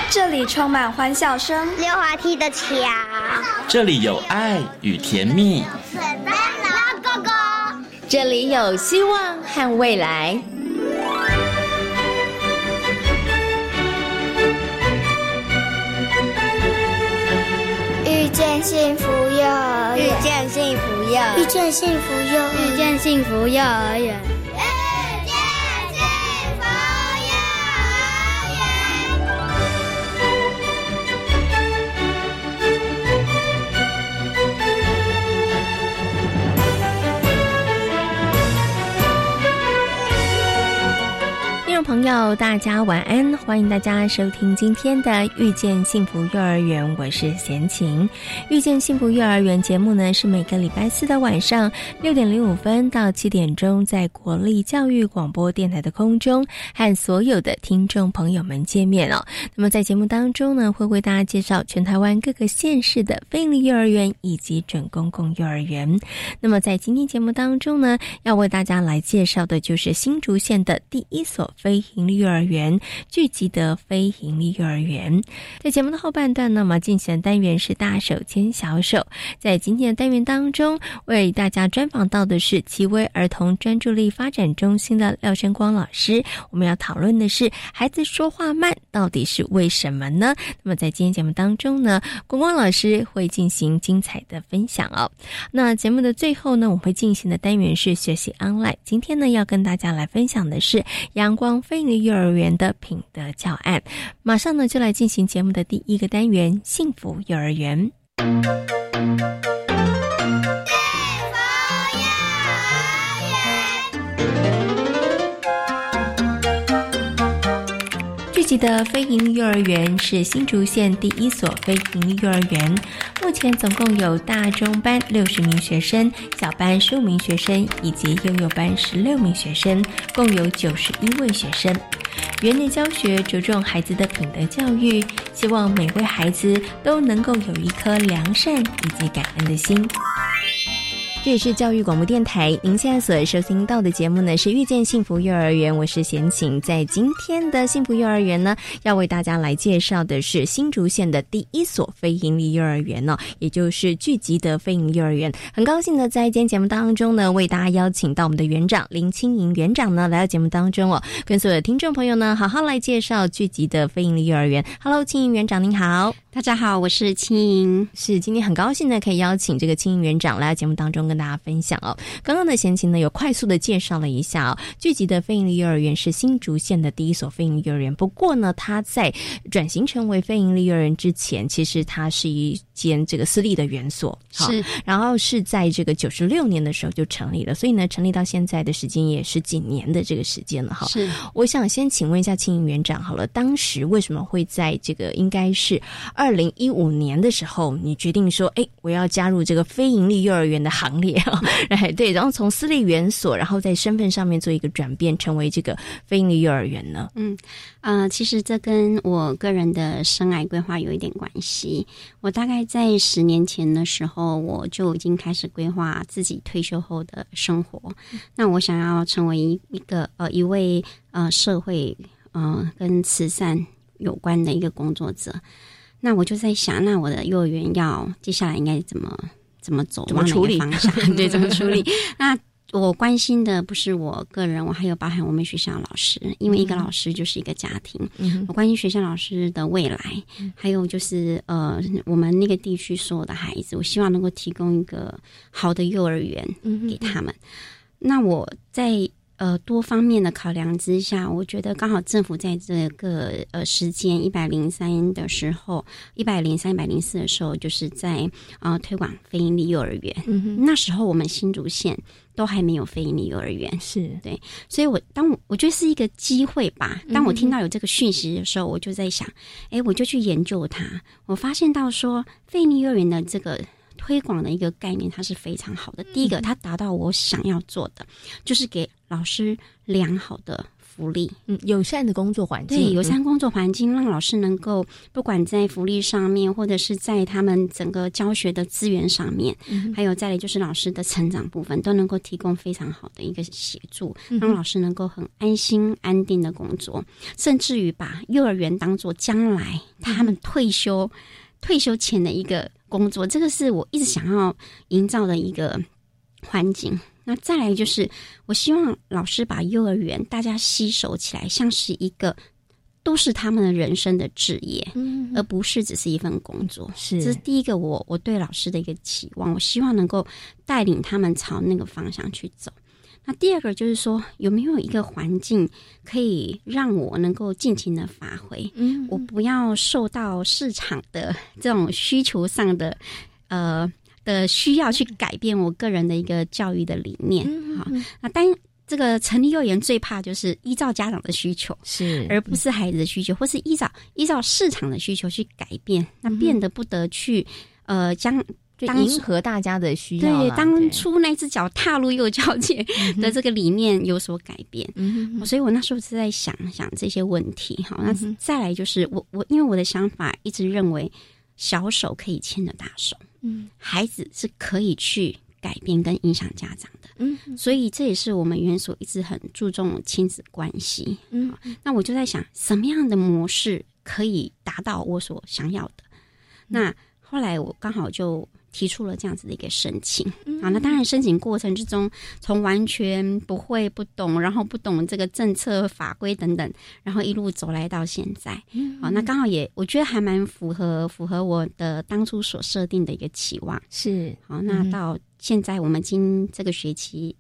这里充满欢笑声， 溜滑梯的桥， 这里有爱与甜蜜， 水奔流哥哥， 这里有希望和未来。 遇见幸福幼儿园， 遇见幸福幼儿园， 遇见幸福幼儿园， 遇见幸福幼儿园。 朋友大家晚安，欢迎大家收听今天的遇见幸福幼儿园，我是贤琴。遇见幸福幼儿园节目呢，是每个礼拜四的晚上6点05分到7点钟，在国立教育广播电台的空中和所有的听众朋友们见面哦。那么在节目当中呢，会为大家介绍全台湾各个县市的非营利幼儿园以及准公共幼儿园。那么在今天节目当中呢，要为大家来介绍的就是新竹县的第一所非营利幼儿园聚集的非营利幼儿园。在节目的后半段呢，我们进行的单元是大手牵小手。在今天的单元当中，为大家专访到的是奇威儿童专注力发展中心的廖生光老师。我们要讨论的是孩子说话慢到底是为什么呢？那么在今天节目当中呢，光光老师会进行精彩的分享哦。那节目的最后呢，我们会进行的单元是学习 online。今天呢，要跟大家来分享的是阳光非营利幼儿园的品德教案。马上呢，就来进行节目的第一个单元幸福幼儿园。聚集的非营利幼儿园是新竹县第一所非营利幼儿园，目前总共有大中班60名学生，小班15名学生以及幼幼班16名学生，共有91位学生。园内教学着重孩子的品德教育，希望每位孩子都能够有一颗良善以及感恩的心。这里是教育广播电台，您现在所收听到的节目呢是遇见幸福幼儿园，我是贤琴。在今天的幸福幼儿园呢，要为大家来介绍的是新竹县的第一所非营利幼儿园哦，也就是聚集的非营利幼儿园。很高兴的在今天节目当中呢，为大家邀请到我们的园长林清莹园长呢来到节目当中哦，跟所有的听众朋友呢好好来介绍聚集的非营利幼儿园。Hello， 清莹园长您好。 大家好，我是清莹。 是今天很高兴呢，可以邀请这个清莹园长来到节目当中跟大家分享哦。刚刚的贤琴呢，有快速的介绍了一下哦，聚集的非营利幼儿园是新竹县的第一所非营利幼儿园。不过呢，它在转型成为非营利幼儿园之前，其实它是一间这个私立的园所， 是， 然后是在这个96年的时候就成立了，所以呢，成立到现在的时间也10几年的这个时间了哈。 是， 我想先请问一下清莹园长好了，当时为什么会在这个应该是2015年的时候，你决定说，我要加入这个非营利幼儿园的行列啊？对，然后从私立园所，然后在身份上面做一个转变，成为这个非营利幼儿园呢？ 其实这跟我个人的生涯规划有一点关系。我大概在10年前的时候，我就已经开始规划自己退休后的生活。那我想要成为一位社会跟慈善有关的一个工作者。那我就在想，那我的幼儿园要接下来应该怎么走， 怎么处理方向？对，怎么处理？那我关心的不是我个人，我还有包含我们学校老师，因为一个老师就是一个家庭。我关心学校老师的未来，还有就是我们那个地区所有的孩子，我希望能够提供一个好的幼儿园给他们。那我在多方面的考量之下，我觉得刚好政府在这个时间103的时候，103、104的时候，就是在推广非营利幼儿园。那时候我们新竹县都还没有非营利幼儿园， 是对， 所以我觉得是一个机会吧。当我听到有这个讯息的时候，我就在想，我就去研究它。我发现到说，非营利幼儿园的这个推广的一个概念，它是非常好的。第一个，它达到我想要做的，就是给老师良好的服福利， 友善的工作环境， 对，友善工作环境，让老师能够不管在福利上面，或者是在他们整个教学的资源上面，还有再来就是老师的成长部分，都能够提供非常好的一个协助，让老师能够很安心安定的工作，甚至于把幼儿园当作将来他们退休前的一个工作，这个是我一直想要营造的一个环境。那再来就是我希望老师把幼儿园大家携手起来，像是一个都是他们的人生的志业，而不是只是一份工作。这是第一个我对老师的一个期望，我希望能够带领他们朝那个方向去走。那第二个就是说，有没有一个环境可以让我能够尽情的发挥，我不要受到市场的这种需求上的需要去改变我个人的一个教育的理念。好，那这个成立幼儿园最怕就是依照家长的需求，是而不是孩子的需求，或是依照市场的需求去改变，那变得不得去就迎合大家的需要。 对，当初那只脚踏入幼教界的这个理念有所改变。所以我那时候是在想这些问题。好，那再来就是我因为我的想法一直认为小手可以牵着大手，孩子是可以去改变跟影响家长的。所以这也是我们园所一直很注重亲子关系。那我就在想什么样的模式可以达到我所想要的。那后来我刚好就提出了这样子的一个申请。那当然申请过程之中，从完全不会不懂，然后不懂这个政策法规等等，然后一路走来到现在。好，那刚好我觉得还蛮符合我的当初所设定的一个期望。是，好，那到现在我们这个学期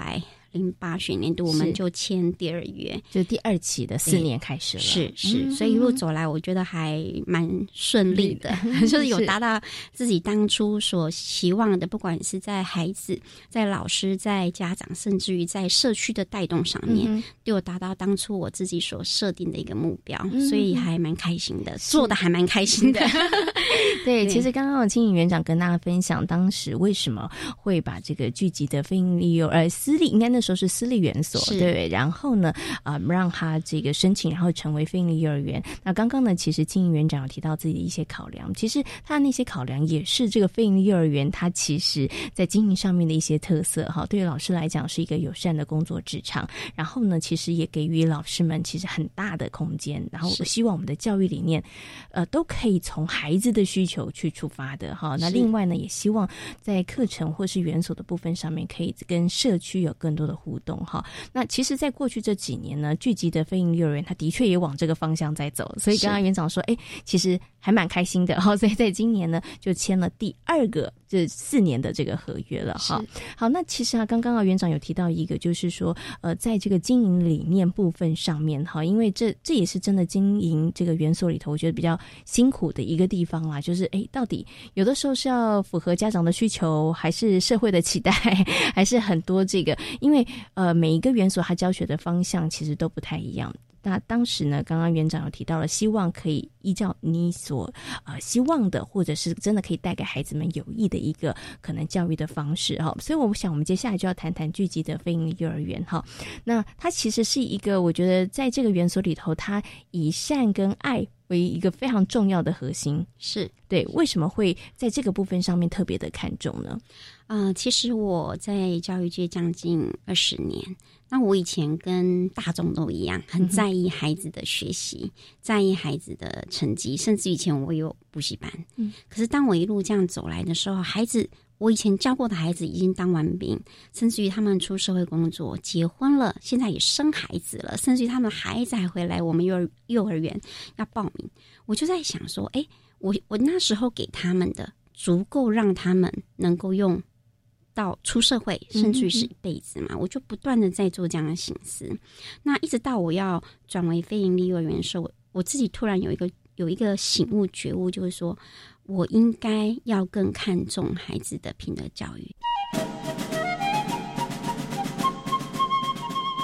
108学年度，我们就签第2约， 就第2期的4年开始了。 是，所以一路走来，我觉得还蛮顺利的，就是有达到自己当初所期望的，不管是在孩子、在老师、在家长，甚至于在社区的带动上面，都有达到当初我自己所设定的一个目标，所以还蛮开心的，做的还蛮开心的。 对，其实刚刚青颖园长跟大家分享，当时为什么会把这个聚集的非营利私立，应该那时候是私立园所，对，然后呢，让他这个申请，然后成为非营利幼儿园。那刚刚呢，其实青颖园长有提到自己的一些考量，其实他的那些考量也是这个非营利幼儿园它其实在经营上面的一些特色哈。对于老师来讲，是一个友善的工作职场，然后呢，其实也给予老师们其实很大的空间，然后我希望我们的教育理念，都可以从孩子的需求去出发的哈。那另外呢，也希望在课程或是园所的部分上面，可以跟社区有更多的互动哈。那其实在过去这几年呢，聚集的非营利幼儿园它的确也往这个方向在走，所以刚刚园长说其实还蛮开心的哈。所以在今年呢就签了第2个这4年的这个合约了哈。好，那其实刚刚园长有提到一个，就是说在这个经营理念部分上面哈，因为这也是真的经营这个园所里头我觉得比较辛苦的一个地方啦，就是到底有的时候是要符合家长的需求，还是社会的期待，还是很多这个，因为每一个园所它教学的方向其实都不太一样。那当时呢，刚刚园长有提到了，希望可以依照你所希望的，或者是真的可以带给孩子们有益的一个可能教育的方式哈。所以我想我们接下来就要谈谈聚集的非营利幼儿园哈。那它其实是一个，我觉得在这个园所里头，它以善跟爱为一个非常重要的核心。是，对，为什么会在这个部分上面特别的看重呢？ 其实我在教育界将近20年，那我以前跟大众都一样，很在意孩子的学习，在意孩子的成绩，甚至以前我有补习班。可是当我一路这样走来的时候，我以前教过的孩子已经当完兵，甚至于他们出社会工作，结婚了，现在也生孩子了，甚至于他们孩子还回来我们幼儿园要报名。我就在想说，我那时候给他们的足够让他们能够用到出社会，甚至于是一辈子嘛，我就不断的在做这样的心思。那一直到我要转为非营利幼儿园的时候，我自己突然有一个醒悟觉悟，就是说我应该要更看重孩子的品德教育。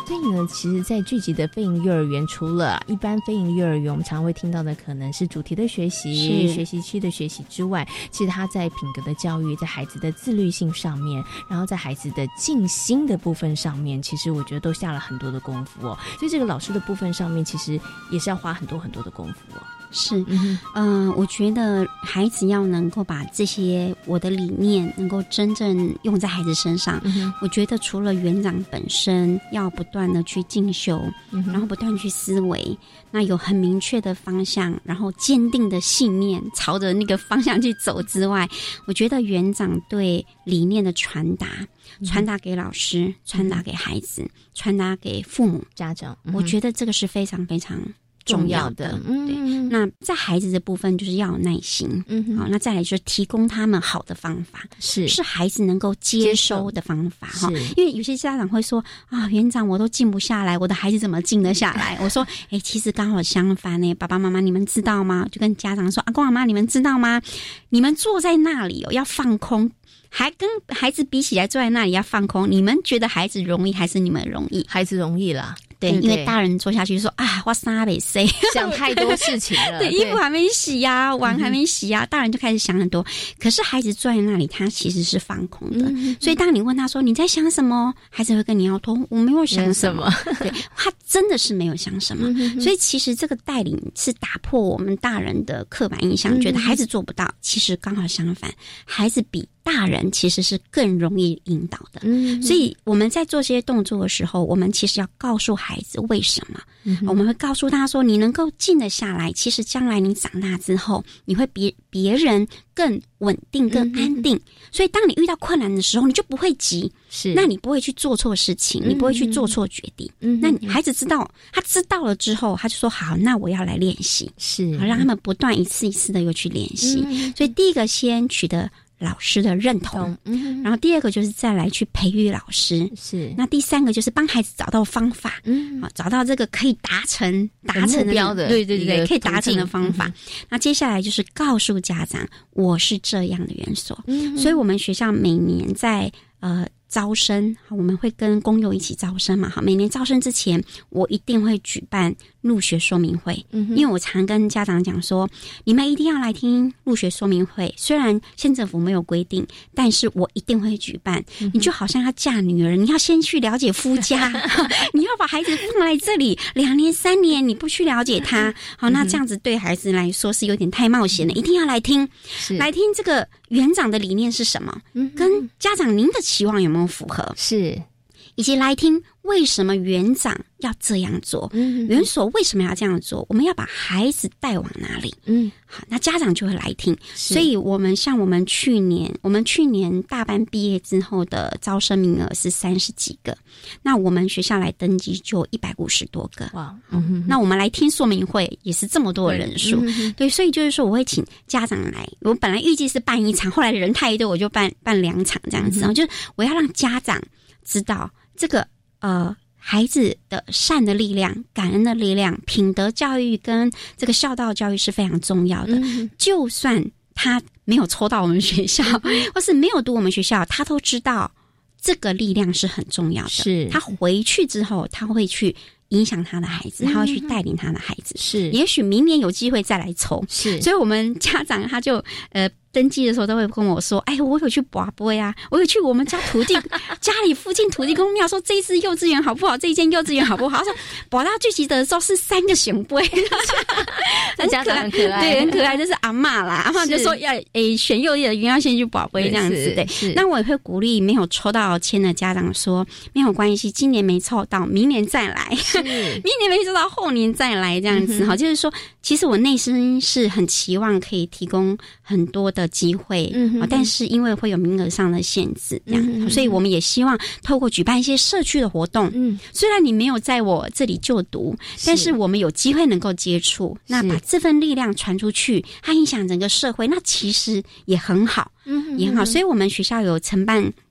所以呢，其实在聚集的非营幼儿园，除了一般非营幼儿园我们常会听到的可能是主题的学习、学习区的学习之外，其实他在品格的教育，在孩子的自律性上面，然后在孩子的静心的部分上面，其实我觉得都下了很多的功夫哦。所以这个老师的部分上面，其实也是要花很多很多的功夫哦。 是，我觉得孩子要能够把这些我的理念能够真正用在孩子身上，我觉得除了园长本身要不断的去进修，然后不断去思维，那有很明确的方向，然后坚定的信念朝着那个方向去走之外，我觉得园长对理念的传达给老师，传达给孩子，传达给父母家长， 我觉得这个是非常非常重要的。对，那在孩子的部分就是要有耐心，好，那再来就是提供他们好的方法，是孩子能够接收的方法哈。因为有些家长会说啊，园长我都静不下来，我的孩子怎么静得下来？我说，其实刚好相反呢，爸爸妈妈你们知道吗？就跟家长说，阿公阿妈你们知道吗？你们坐在那里要放空。还跟孩子比起来，坐在那里要放空，你们觉得孩子容易还是你们容易？ 孩子容易啦。 对，因为大人坐下去说啊，我啥没谁， 想太多事情了。 对，衣服还没洗呀，碗还没洗呀，大人就开始想很多。可是孩子坐在那里，他其实是放空的。所以当你问他说你在想什么，孩子会跟你要说我没有想什么。对，他真的是没有想什么。所以其实这个带领是打破我们大人的刻板印象，觉得孩子做不到。其实刚好相反，孩子比大人其实是更容易引导的。所以我们在做这些动作的时候，我们其实要告诉孩子为什么。我们会告诉他说，你能够静得下来，其实将来你长大之后，你会比别人更稳定、更安定。所以当你遇到困难的时候，你就不会急，那你不会去做错事情，你不会去做错决定。那孩子知道，他知道了之后，他就说好，那我要来练习，好让他们不断一次一次的又去练习。所以第一个先取得老师的认同，然后第二个就是再来去培育老师，那第三个就是帮孩子找到方法，找到这个可以达成目标的， 对，可以达成的方法。那接下来就是告诉家长，我是这样的园所，所以我们学校每年在招生，我们会跟公幼一起招生嘛，每年招生之前，我一定会举办入学说明会，因为我常跟家长讲说，你们一定要来听入学说明会，虽然县政府没有规定，但是我一定会举办。你就好像要嫁女儿，你要先去了解夫家，你要把孩子放在这里2年3年，你不去了解他，好，那这样子对孩子来说是有点太冒险了，一定要来听，来听这个园长的理念是什么，跟家长您的期望有没有符合，以及来听为什么园长要这样做，园所为什么要这样做，我们要把孩子带往哪里，好，那家长就会来听。所以我们去年大班毕业之后的招生名额是30几个，那我们学校来登记就150多个。哇，那我们来听说明会也是这么多的人数，对，所以就是说我会请家长来，我本来预计是办1场，后来人太多，我就办2场这样子，就是我要让家长知道这个孩子的善的力量、感恩的力量、品德教育跟这个孝道教育是非常重要的。就算他没有抽到我们学校，或是没有读我们学校，他都知道这个力量是很重要的。他回去之后，他会去影响他的孩子，他会去带领他的孩子。也许明年有机会再来抽。所以我们家长他就登记的时候都会跟我说，我有去拔杯啊，我有去我们家家里附近土地公庙说这一次幼稚园好不好，这一间幼稚园好不好，他说拔到聚集的时候是3个熊杯， 家长很可爱， 对，很可爱，就是阿嬷啦，阿嬷就说要选幼儿园要先去拔杯这样子，对。那我也会鼓励没有抽到签的家长说，没有关系，今年没抽到，明年再来，明年没抽到，后年再来这样子，就是说，其实我内心是很期望可以提供很多的机会，但是因为会有名额上的限制，这样，所以我们也希望透过举办一些社区的活动，虽然你没有在我这里就读，但是我们有机会能够接触，那把这份力量传出去，它影响整个社会，那其实也很好，也很好。所以我们学校有承办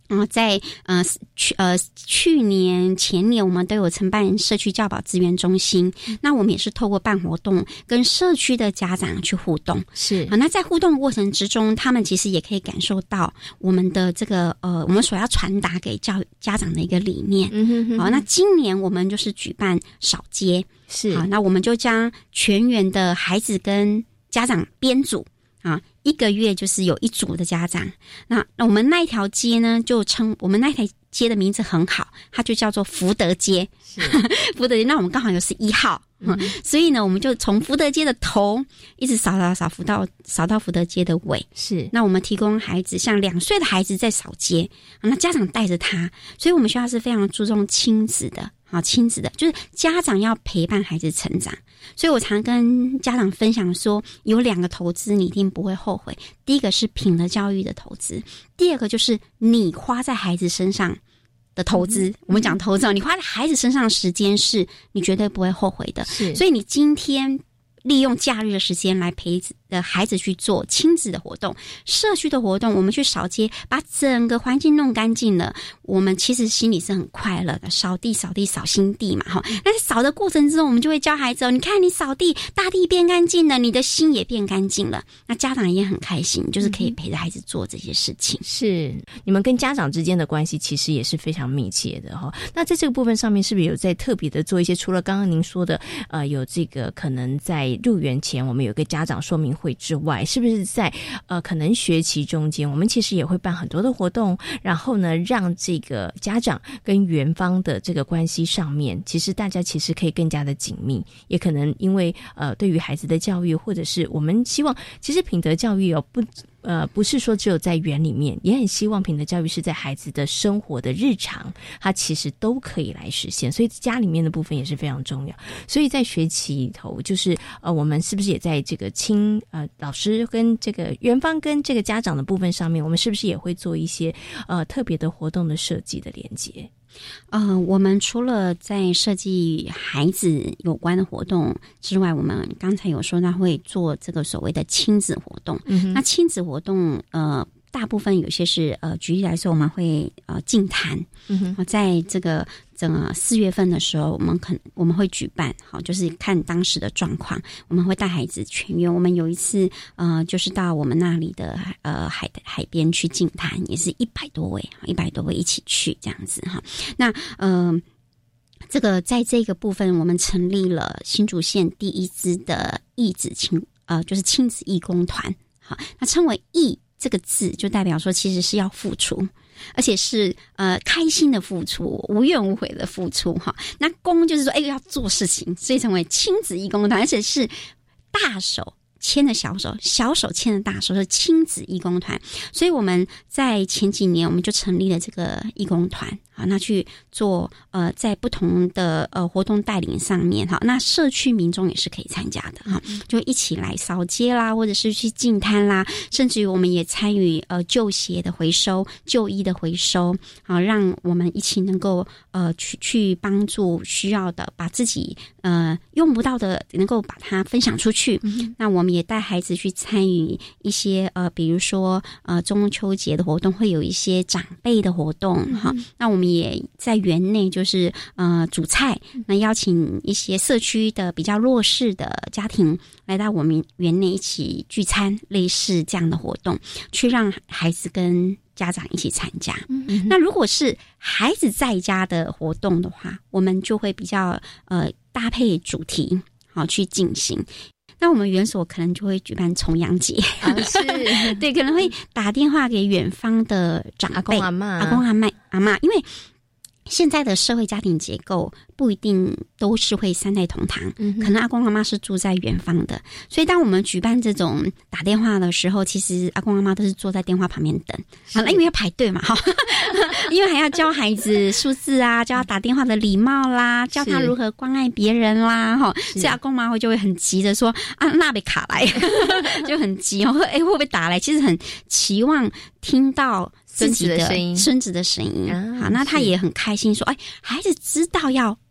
在去年前年我们都有承办社区教保资源中心，那我们也是透过办活动跟社区的家长去互动， 是那在互动的过程之中，他们其实也可以感受到我们的这个我们所要传达给家长的一个理念。好，那今年我们就是举办扫街， 是好，那我们就将全员的孩子跟家长编组啊。1个月就是有1组的家长，那我们那一条街呢，就称我们那条街的名字很好，它就叫做福德街。福德街，那我们刚好又是1号，所以呢，我们就从福德街的头一直扫到福德街的尾。是，那我们提供孩子像2岁的孩子在扫街，那家长带着他，所以我们学校是非常注重亲子的。好，亲子的就是家长要陪伴孩子成长，所以我常跟家长分享说，有2个投资你一定不会后悔。第一个是品德教育的投资，第二个就是你花在孩子身上的投资。我们讲投资，你花在孩子身上的时间是你绝对不会后悔的。所以你今天利用假日的时间来陪孩子去做亲子的活动、社区的活动，我们去扫街，把整个环境弄干净了，我们其实心里是很快乐的。扫地扫心地嘛，哈。那在扫的过程中，我们就会教孩子你看你扫地，大地变干净了，你的心也变干净了。那家长也很开心，就是可以陪着孩子做这些事情。 是，你们跟家长之间的关系其实也是非常密切的哈。那在这个部分上面，是不是有在特别的做一些？除了刚刚您说的，有这个可能在入园前我们有个家长说明会之外，是不是在可能学期中间我们其实也会办很多的活动，然后呢让这个家长跟园方的这个关系上面，其实大家其实可以更加的紧密，也可能因为对于孩子的教育，或者是我们希望其实品德教育不是说只有在园里面，也很希望品德教育是在孩子的生活的日常，它其实都可以来实现，所以家里面的部分也是非常重要。所以在学期里头，就是我们是不是也在这个老师跟这个园方跟这个家长的部分上面，我们是不是也会做一些特别的活动的设计的连结？ 我们除了在设计孩子有关的活动之外，我们刚才有说到会做这个所谓的亲子活动。那亲子活动大部分有些是举例来说，我们会净坛。在这个整个4月份的时候，我们会举办，好，就是看当时的状况，我们会带孩子全员。我们有一次就是到我们那里的海边去净坛，也是100多位一起去这样子哈。那这个在这个部分，我们成立了新竹县第1支的义子就是亲子义工团。好，那称为义这个字就代表说其实是要付出，而且是开心的付出，无怨无悔的付出哈。那工就是说要做事情，所以成为亲子义工团，而且是大手牵着小手，小手牵着大手，是亲子义工团。所以我们在前几年我们就成立了这个义工团。好，那去做在不同的活动带领上面，好，那社区民众也是可以参加的哈，就一起来扫街啦，或者是去净滩啦，甚至于我们也参与旧鞋的回收、旧衣的回收，好，让我们一起能够去帮助需要的，把自己用不到的能够把它分享出去。那我们也带孩子去参与一些比如说中秋节的活动，会有一些长辈的活动哈，那我们也在园内就是煮菜，那邀请一些社区的比较弱势的家庭来到我们园内一起聚餐，类似这样的活动，去让孩子跟家长一起参加。那如果是孩子在家的活动的话，我们就会比较搭配主题好去进行。那我们园所可能就会举办重阳节，是对，可能会打电话给远方的长辈、阿公阿嬷，因为现在的社会家庭结构不一定都是会3代同堂，可能阿公阿嬷是住在远方的，所以当我们举办这种打电话的时候，其实阿公阿嬷都是坐在电话旁边等，好了，因为要排队嘛，因为还要教孩子数字啊，教他打电话的礼貌啦，教他如何关爱别人啦，所以阿公妈就会很急的说那被卡来，就很急会不会打来？其实很期望听到自己的孙子的声音，好，那他也很开心说，孩子知道要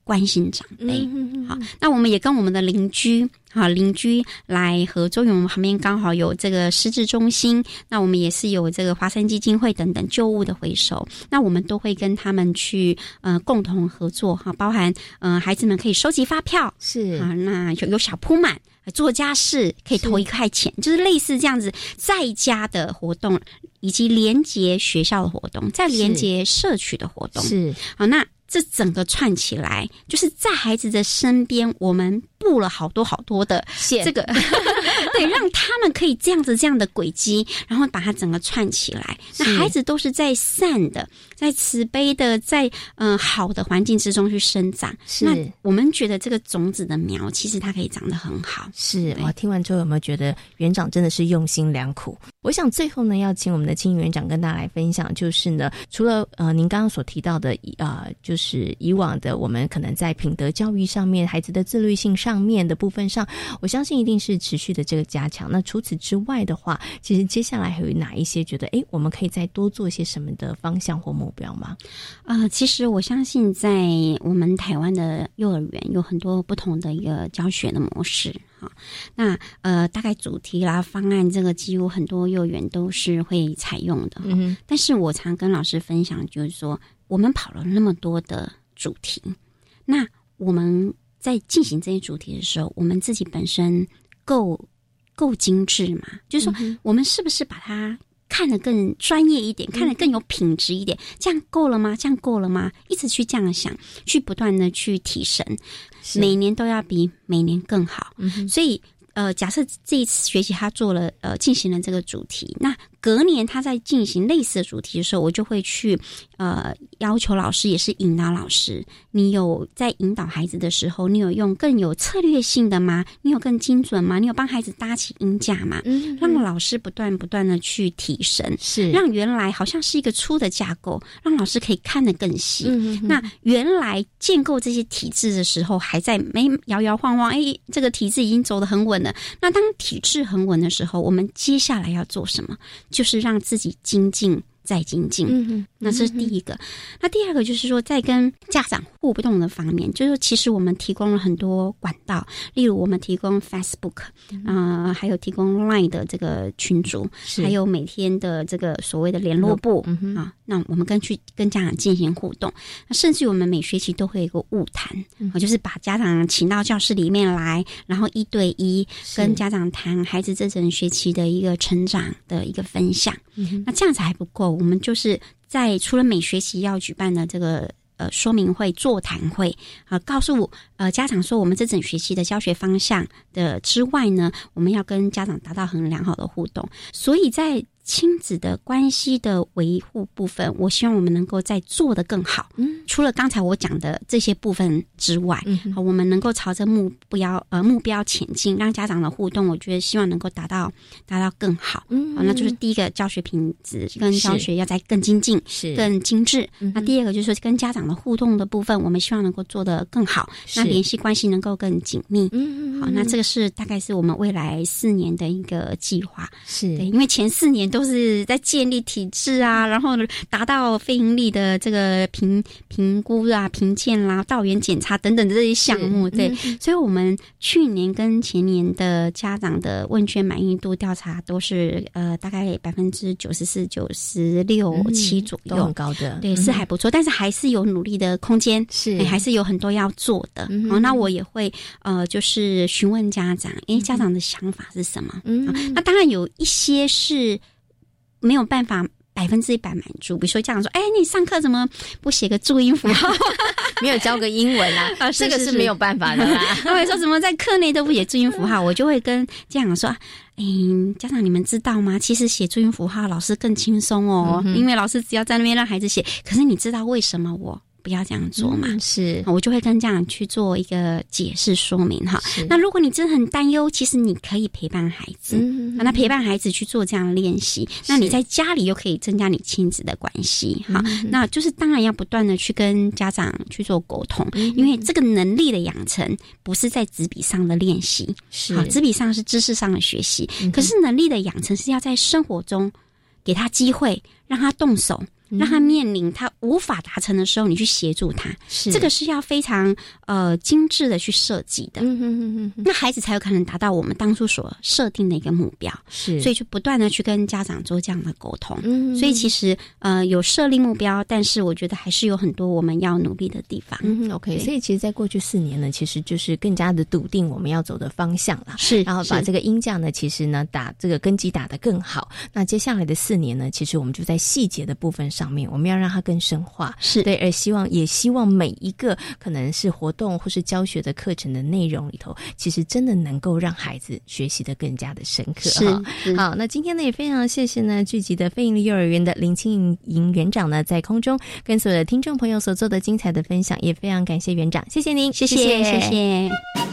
关心长辈。好，那我们也跟我们的邻居来合作，因为我们旁边刚好有这个失智中心，那我们也是有这个华山基金会等等旧物的回收，那我们都会跟他们去共同合作哈，包含孩子们可以收集发票， 是啊，那有小铺满做家事可以投1块钱，就是类似这样子在家的活动，以及连结学校的活动，再连结社区的活动， 是好，那这整个串起来，就是在孩子的身边，我们布了好多的这个对，让他们可以这样的轨迹，然后把它整个串起来。那孩子都是在善的，在慈悲的，在好的环境之中去生长。那我们觉得这个种子的苗，其实它可以长得很好。 是哇，听完之后有没有觉得园长真的是用心良苦？我想最后呢，要请我们的青园长跟大家来分享，就是呢，除了您刚刚所提到的就是以往的我们可能在品德教育上面，孩子的自律性上面的部分上，我相信一定是持续的这个加强。那除此之外的话，其实接下来还有哪一些觉得我们可以再多做一些什么的方向或目标吗？ 其实我相信在我们台湾的幼儿园有很多不同的一个教学的模式。好，那大概主题啦、方案，这个几乎很多幼儿园都是会采用的。但是我常跟老师分享，就是说我们跑了那么多的主题，那我们在进行这些主题的时候，我们自己本身够精致嘛？就是说，我们是不是把它看得更专业一点，看得更有品质一点？这样够了吗？这样够了吗？一直去这样想，去不断的去提升，每年都要比每年更好。所以假设这一次学期他做了进行了这个主题，那隔年他在进行类似的主题的时候，我就会去要求老师，也是引导老师，你有在引导孩子的时候，你有用更有策略性的吗？你有更精准吗？你有帮孩子搭起音架吗？让老师不断的去提升，是让原来好像是一个粗的架构，让老师可以看得更细。那原来建构这些体制的时候，还在摇摇晃晃，这个体制已经走得很稳了。那当体制很稳的时候，我们接下来要做什么？就是让自己精进再精进。那这是第一个。那第二个就是说，在跟家长互动的方面，就是说其实我们提供了很多管道，例如我们提供 Facebook，还有提供 LINE 的这个群组，还有每天的这个所谓的联络部那我们跟家长进行互动。那甚至于我们每学期都会有一个晤谈，就是把家长请到教室里面来，然后1对1跟家长谈孩子这整学期的一个成长的一个分享。那这样子还不够，我们就是在除了每学期要举办的这个说明会、座谈会告诉家长说我们这整学期的教学方向的之外呢，我们要跟家长达到很良好的互动。所以在亲子的关系的维护部分，我希望我们能够再做得更好。除了刚才我讲的这些部分之外，我们能够朝着目标前进，让家长的互动，我觉得希望能够达到更好。那就是第一个，教学品质跟教学要再更精进、更精致。那第二个就是跟家长的互动的部分，我们希望能够做得更好，那联系关系能够更紧密。好，那这个是大概是我们未来4年的一个计划。对，因为前4年都是在建立体制啊，然后达到非盈利的这个评估啊、评鉴啦、到园检查等等的这些项目。对，所以我们去年跟前年的家长的问卷满意度调查都是大概94%、96%、7%左右， 都很高的。 对，是还不错，但是还是有努力的空间，还是有很多要做的。那我也会就是询问家长，家长的想法是什么？那当然有一些是没有办法100%满足，比如说家长说，你上课怎么不写个注音符号？ 没有教个英文啊？这个是没有办法的啦。 他会说怎么在课内都不写注音符号？我就会跟家长说，家长你们知道吗？其实写注音符号老师更轻松哦，因为老师只要在那边让孩子写。可是你知道为什么我不要这样做嘛？是，我就会跟家长去做一个解释说明哈。那如果你真的很担忧，其实你可以陪伴孩子，那陪伴孩子去做这样的练习，那你在家里又可以增加你亲子的关系哈。那就是当然要不断的去跟家长去做沟通，因为这个能力的养成不是在纸笔上的练习，是纸笔上是知识上的学习，可是能力的养成是要在生活中给他机会，让他动手。 让他面临他无法达成的时候，你去协助他，这个是要非常精致的去设计的。那孩子才有可能达到我们当初所设定的一个目标。是，所以就不断的去跟家长做这样的沟通。所以其实有设立目标，但是我觉得还是有很多我们要努力的地方。 OK， 所以其实在过去4年呢，其实就是更加的笃定我们要走的方向啦。是，然后把这个鹰架呢，其实呢打这个根基打得更好。那接下来的4年呢，其实我们就在细节的部分上面，我们要让它更深化。是对，而也希望每一个可能是活动或是教学的课程的内容里头，其实真的能够让孩子学习得更加的深刻。是，好，那今天呢也非常谢谢呢聚集的非营利幼儿园的林庆莹园长呢在空中跟所有的听众朋友所做的精彩的分享，也非常感谢园长，谢谢您，谢谢，谢谢。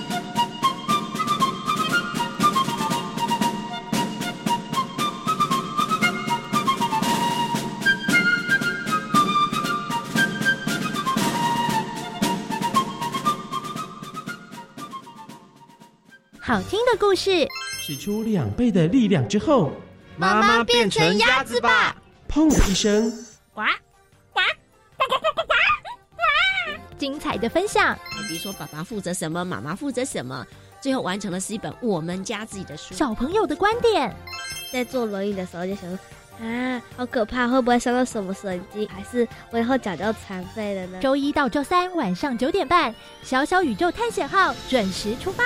好听的故事， 使出2倍的力量之后， 妈妈变成鸭子吧！ 砰的一声， 呱呱呱呱呱呱呱！精彩的分享， 比如说爸爸负责什么，妈妈负责什么，最后完成的是一本我们家自己的书。 小朋友的观点， 在坐轮椅的时候就想说啊，好可怕，会不会伤到什么神经？还是我以后脚就残废了呢？ 周1到周3晚上9点半，小小宇宙探险号准时出发。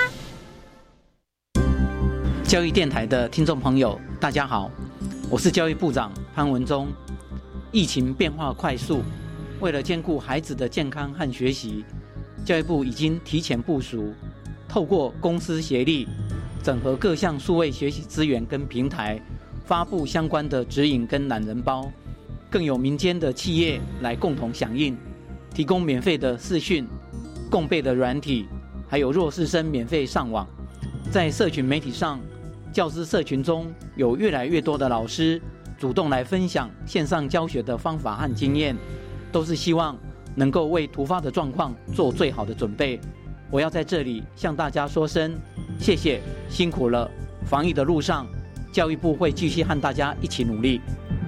教育电台的听众朋友，大家好，我是教育部长潘文忠。疫情变化快速，为了兼顾孩子的健康和学习，教育部已经提前部署，透过公私协力，整合各项数位学习资源跟平台，发布相关的指引跟懒人包，更有民间的企业来共同响应，提供免费的视讯、共备的软体，还有弱势生免费上网。在社群媒体上，教师社群中有越来越多的老师主动来分享线上教学的方法和经验，都是希望能够为突发的状况做最好的准备。我要在这里向大家说声谢谢，辛苦了。防疫的路上，教育部会继续和大家一起努力。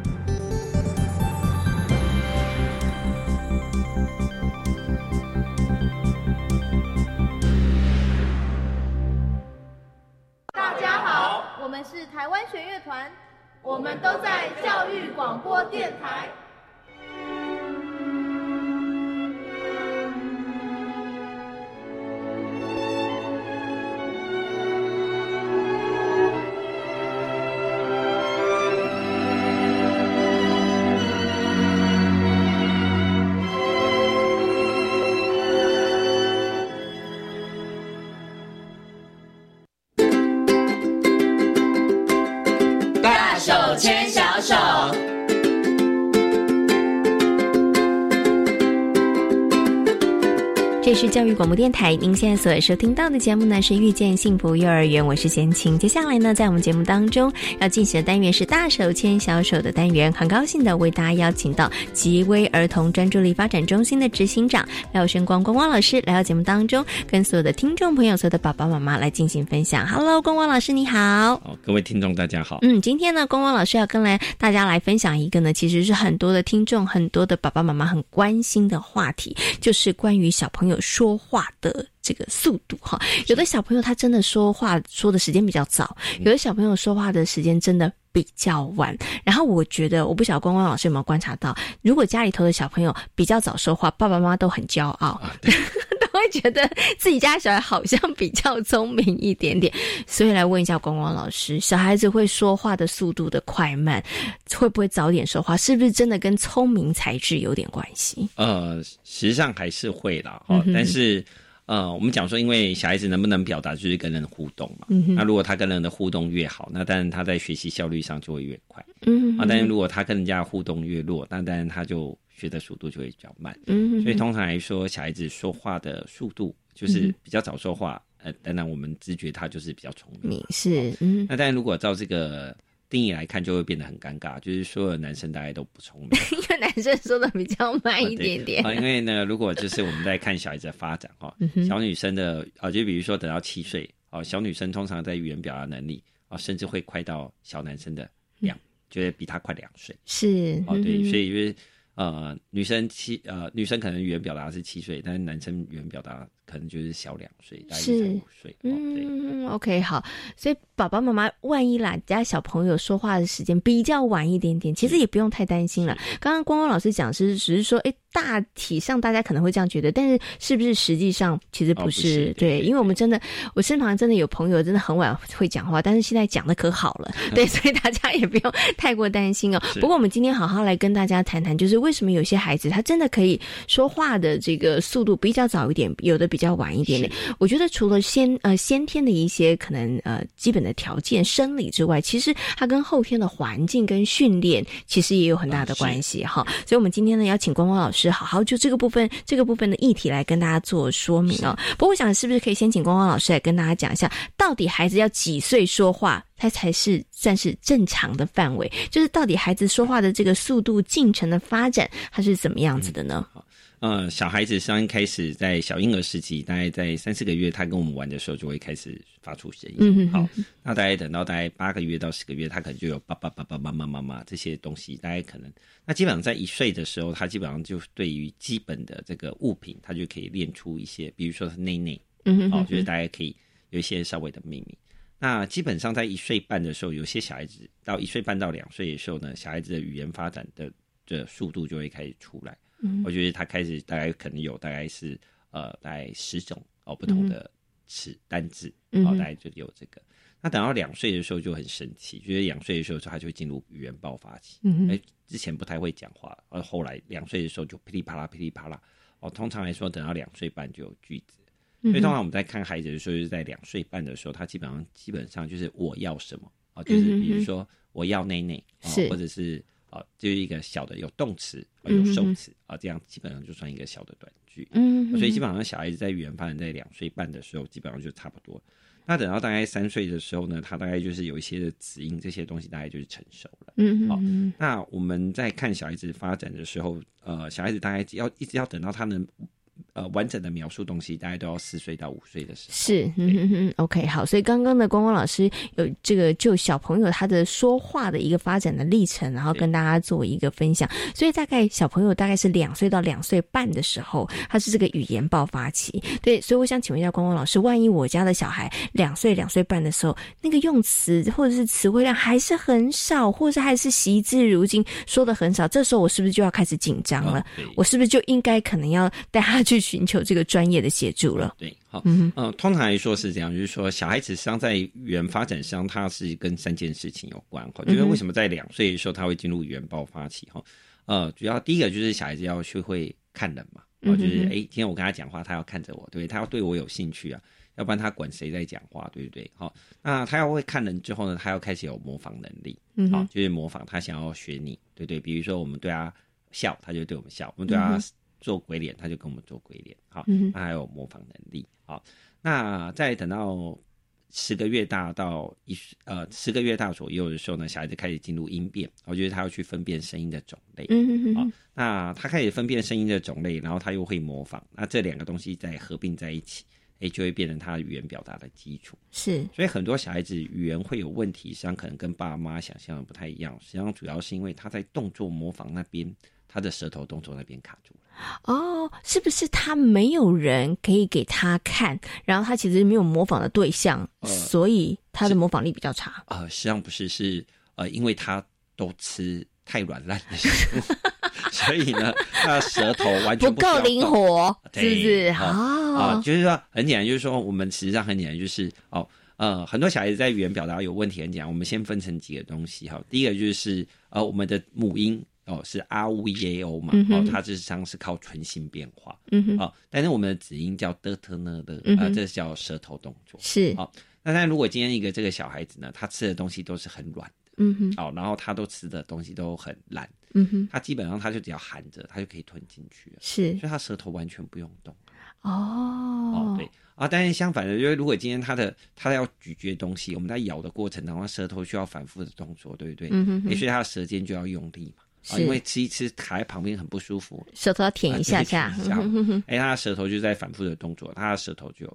我们是台湾弦乐团，我们都在教育广播电台。 牵小手。 这是教育广播电台，您现在所收听到的节目呢是遇见幸福幼儿园，我是贤琴。接下来呢，在我们节目当中要进行的单元是大手牵小手的单元，很高兴的为大家邀请到吉威儿童专注力发展中心的执行长廖笙光光光老师来到节目当中，跟所有的听众朋友、所有的爸爸妈妈来进行分享。Hello， 光光老师你好。 各位听众大家好。 今天呢，光光老师要跟大家来分享一个呢，其实是很多的听众、很多的爸爸妈妈很关心的话题，就是关于小朋友说话的这个速度哈。有的小朋友他真的说话说的时间比较早，有的小朋友说话的时间真的比较晚。然后我觉得，我不晓得光光老师有没有观察到，如果家里头的小朋友比较早说话，爸爸妈妈都很骄傲，都会觉得自己家小孩好像比较聪明一点点。所以来问一下光光老师，小孩子会说话的速度的快慢，会不会早点说话，是不是真的跟聪明才智有点关系？ 实际上还是会啦，但是我们讲说，因为小孩子能不能表达，就是跟人互动嘛。那如果他跟人的互动越好，那当然他在学习效率上就会越快。但是如果他跟人家的互动越弱，那当然他就学的速度就会比较慢。所以通常来说，小孩子说话的速度就是比较早说话，当然我们直觉他就是比较聪明。是，那当然如果照这个定义来看，就会变得很尴尬，就是所有的男生大概都不聪明， 因为男生说的比较慢一点点。 因为呢，如果就是我们在看小孩子的发展小女生的就比如说等到7岁小女生通常在语言表达能力甚至会快到小男生的2 就是比他快2岁。 是对，所以就是女生可能语言表达是7岁，但是男生语言表达可能就是小2岁，大概才5岁。 OK， 好，所以爸爸妈妈万一啦家小朋友说话的时间比较晚一点点，其实也不用太担心了。刚刚光光老师讲只是说，大体上大家可能会这样觉得，但是不是实际上其实不是？对，因为我们真的，我身旁真的有朋友真的很晚会讲话，但是现在讲的可好了，对，所以大家也不用太过担心哦。不过我们今天好好来跟大家谈谈，就是为什么有些孩子他真的可以说话的这个速度比较早一点，有的比较晚一点点。我觉得除了先天的一些可能基本的条件生理之外，其实它跟后天的环境跟训练其实也有很大的关系哈。所以我们今天呢要请光光老师好好就这个部分的议题来跟大家做说明哦。不过我想是不是可以先请光光老师来跟大家讲一下，到底孩子要几岁说话它才是算是正常的范围，就是到底孩子说话的这个速度进程的发展它是怎么样子的呢？ 小孩子刚开始在小婴儿时期，大概在3-4个月，他跟我们玩的时候就会开始发出声音。好，那大概等到大概8个月到10个月，他可能就有爸爸、爸爸、妈妈、妈妈这些东西。大概可能，那基本上在1岁的时候，他基本上就对于基本的这个物品，他就可以练出一些，比如说是内内，就是大家可以有一些稍微的秘密。那基本上在1岁半的时候，有些小孩子到1岁半到2岁的时候呢，小孩子的语言发展的速度就会开始出来。我觉得他开始大概可能有大概是大概10种不同的单字，大概就有这个。那等到2岁的时候就很神奇，就是2岁的时候他就会进入语言爆发期。之前不太会讲话，后来2岁的时候就噼里啪啦噼里啪啦。通常来说等到2岁半就有句子。所以通常我们在看孩子的时候，就是在2岁半的时候，他基本上就是我要什么就是比如说我要内内，或者是就是一个小的有动词有受词这样基本上就算一个小的短句。所以基本上小孩子在语言发展在2岁半的时候基本上就差不多。那等到大概3岁的时候呢，他大概就是有一些的子音这些东西大概就是成熟了。那我们在看小孩子发展的时候，小孩子大概一直要等到他能完整的描述东西，大概都要4岁到5岁的时候。 是，OK， 好。所以刚刚的光光老师有这个就小朋友他的说话的一个发展的历程，然后跟大家做一个分享。所以大概小朋友大概是2岁到2岁半的时候，他是这个语言爆发期。对，所以我想请问一下光光老师，万一我家的小孩2岁、2岁半的时候，那个用词或者是词汇量还是很少，或者是还是惜字如金，说的很少，这时候我是不是就要开始紧张了？我是不是就应该可能要带他去寻求这个专业的协助了？ 对，好，通常来说是这样，就是说小孩子实际上在语言发展上，它是跟3件事情有关。就是为什么在2岁的时候他会进入语言爆发期？主要第一个就是小孩子要学会看人嘛，就是今天我跟他讲话，他要看着我，对不对？他要对我有兴趣啊，要不然他管谁在讲话，对不对？那他要会看人之后呢，他要开始有模仿能力，就是模仿他想要学你，对不对？比如说我们对他笑，他就对我们笑；我们对他做鬼脸，他就跟我们做鬼脸。好，那还有模仿能力。好，那再等到10个月大到10个月大左右的时候呢，小孩子开始进入音辨，我觉得他要去分辨声音的种类。好，那他开始分辨声音的种类，然后他又会模仿，那这2个东西再合并在一起，就会变成他语言表达的基础。 是， 所以很多小孩子语言会有问题，实际上可能跟爸妈想象的不太一样。实际上主要是因为他在动作模仿那边，他的舌头动作那边卡住了。 是不是他没有人可以给他看，然后他其实没有模仿的对象，所以他的模仿力比较差？ 实际上不是，是因为他都吃太软烂的食物，所以呢，他的舌头完全不够灵活，是不是？ 就是说很简单，就是说我们实际上很简单，就是很多小孩子在语言表达有问题，很简单，我们先分成几个东西。第一个就是我们的母音是 R U E A O 嘛，它事实上是靠唇形变化。但是我们的子音叫的特呢的，这叫舌头动作。 是。 那但如果今天一个这个小孩子呢，他吃的东西都是很软的，然后他都吃的东西都很烂，他基本上他就只要含着，他就可以吞进去了。 是。 所以他舌头完全不用动。 对。 但是相反的，因为如果今天他要咀嚼东西，我们在咬的过程当中，舌头需要反复的动作，对不对？所以他的舌尖就要用力嘛。因为吃一吃卡在旁边很不舒服， 舌头要舔一下下， 他的舌头就在反复的动作，他的舌头就有力。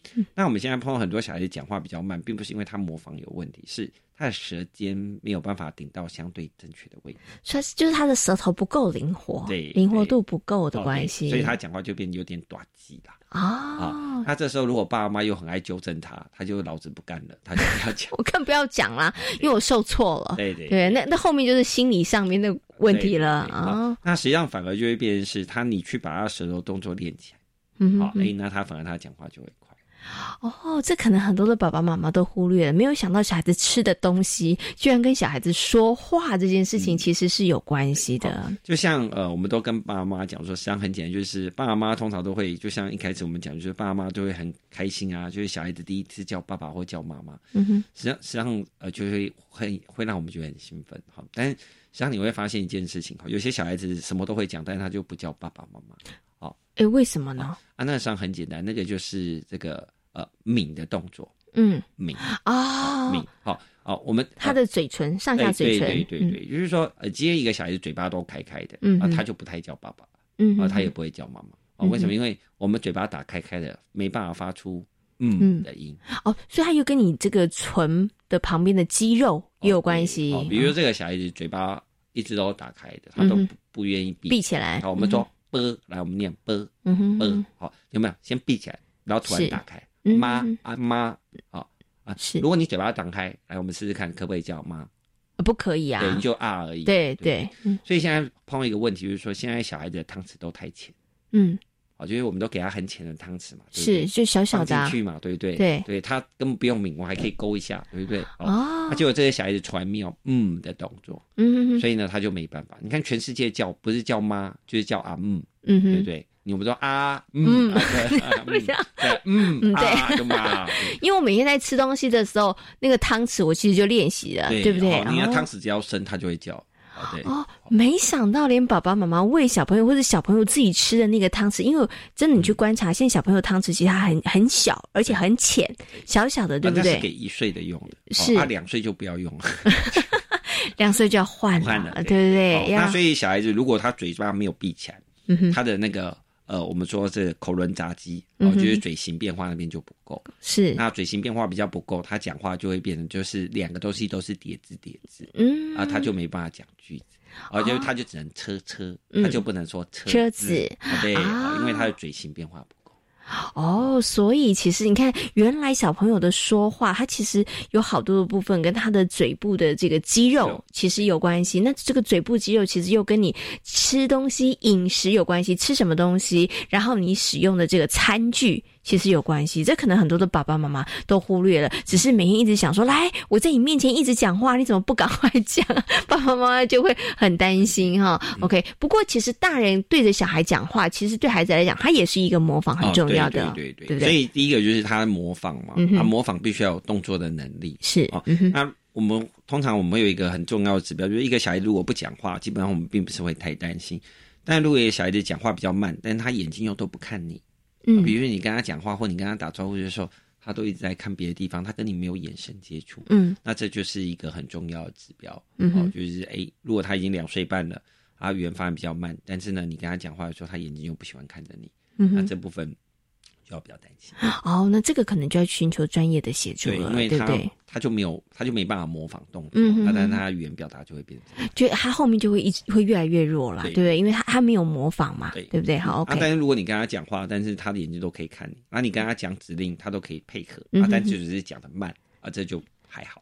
那我们现在碰到很多小孩子讲话比较慢，并不是因为他模仿有问题，是他的舌尖没有办法顶到相对正确的位置， 所以就是他的舌头不够灵活， 对， 灵活度不够的关系， 所以他讲话就变得有点短气啦。 哦， 他这时候如果爸妈又很爱纠正他就老子不干了，他就不要讲。 我更不要讲啦，因为我受挫了。对，那后面就是心理上面的问题了啊。 那实际上反而就会变成是你去把他舌头动作练起来，那他反而他讲话就会快。 哦，这可能很多的爸爸妈妈都忽略了，没有想到小孩子吃的东西居然跟小孩子说话这件事情其实是有关系的。 就像我们都跟爸妈讲说，实际上很简单，就是爸妈通常都会，就像一开始我们讲，就是爸妈都会很开心啊，就是小孩子第一次叫爸爸或叫妈妈，实际上就会让我们觉得很兴奋。好，但是实际上你会发现一件事情，有些小孩子什么都会讲，但是他就不叫爸爸妈妈。 为什么呢？ 那实际上很简单，那个就是这个抿的动作，抿啊， 抿，我们他的嘴唇上下嘴唇， 对，就是说，今天一个小孩子嘴巴都开开的，他就不太叫爸爸，他也不会叫妈妈，为什么？因为我们嘴巴打开的，没办法发出的音， 所以他又跟你这个唇的旁边的肌肉也有关系。 比如说这个小孩子嘴巴一直都打开的，他都不愿意闭起来。 好，我们说来，我们念好，有没有？先闭起来，然后突然打开。妈，如果你嘴巴张开，来，我们试试看，可不可以叫妈？ 不可以啊， 对，你就而已。 对， 所以现在碰到一个问题，就是说现在小孩子的汤匙都太浅。就是我们都给他很浅的汤匙嘛，对不对？ 是，就小小的放进去嘛，对不对？对，他根本不用抿，我还可以勾一下，对不对？他就有这些小孩子传妙的动作，所以呢，他就没办法。你看全世界叫不是叫妈，就是叫对不对？我们说对，就妈。 因为我每天在吃东西的时候，那个汤匙我其实就练习了，对不对？ 你的汤匙只要伸，他就会叫。 没想到连爸爸妈妈喂小朋友或者小朋友自己吃的那个汤匙，因为真的你去观察，现在小朋友汤匙其实它很小，而且很浅，小小的，对不对？ 那是给1岁的用的， 是 2岁就不要用了 ，2岁就要换了，对不对？ 那所以小孩子如果他嘴巴没有闭起来，他的那个我们说这口轮匝肌，就是嘴型变化那边就不够。 是， 那嘴型变化比较不够，他讲话就会变成就是2个东西都是叠字，他就没办法讲句子，就他就只能车，他就不能说车子，对，因为他的嘴型变化不够。 所以其实你看，原来小朋友的说话，他其实有好多的部分跟他的嘴部的这个肌肉其实有关系。那这个嘴部肌肉其实又跟你吃东西饮食有关系，吃什么东西，然后你使用的这个餐具其实有关系。这可能很多的爸爸妈妈都忽略了，只是每天一直想说，来，我在你面前一直讲话，你怎么不赶快讲？爸爸妈妈就会很担心哈。OK， 不过其实大人对着小孩讲话，其实对孩子来讲，他也是一个模仿很重要的， 对不对？ 所以第一个就是他模仿嘛，模仿必须要有动作的能力。 是， 那通常我们会有一个很重要的指标，就是一个小孩如果不讲话，基本上我们并不是会太担心。但如果一个小孩子讲话比较慢，但是他眼睛又都不看你，比如说你跟他讲话或你跟他打招呼的时候，他都一直在看别的地方，他跟你没有眼神接触，那这就是一个很重要的指标。就是如果他已经2岁半了，他语言发展比较慢，但是呢，你跟他讲话的时候，他眼睛又不喜欢看着你，那这部分就要比较担心。 那这个可能就要寻求专业的协助了， 对，因为他就没办法模仿动作，但是他语言表达就会变成， 就他后面就会越来越弱了，对不对？因为他没有模仿嘛，对不对？好 ，OK。 但是如果你跟他讲话，但是他的眼睛都可以看你，那你跟他讲指令，他都可以配合，但就只是讲得慢，这就还好。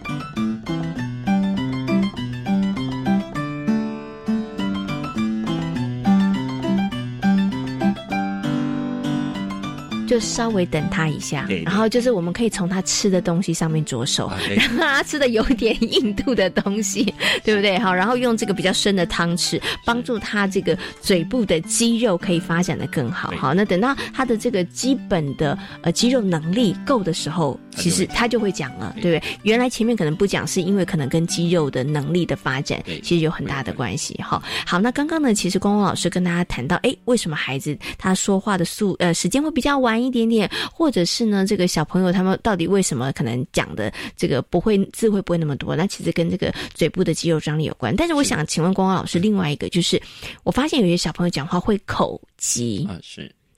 就稍微等他一下，然后就是我们可以从他吃的东西上面着手，让他吃的有点硬度的东西，对不对？好，然后用这个比较深的汤匙帮助他这个嘴部的肌肉可以发展得更好。好，那等到他的这个基本的肌肉能力够的时候，其实他就会讲了，对不对？原来前面可能不讲，是因为可能跟肌肉的能力的发展其实有很大的关系。好，那刚刚呢，其实光光老师跟大家谈到，为什么孩子他说话的时间会比较晚一点点，或者是呢，这个小朋友他们到底为什么可能讲的这个字汇不会那么多？那其实跟这个嘴部的肌肉张力有关。但是我想请问光光老师，另外一个就是，我发现有些小朋友讲话会口急， 是。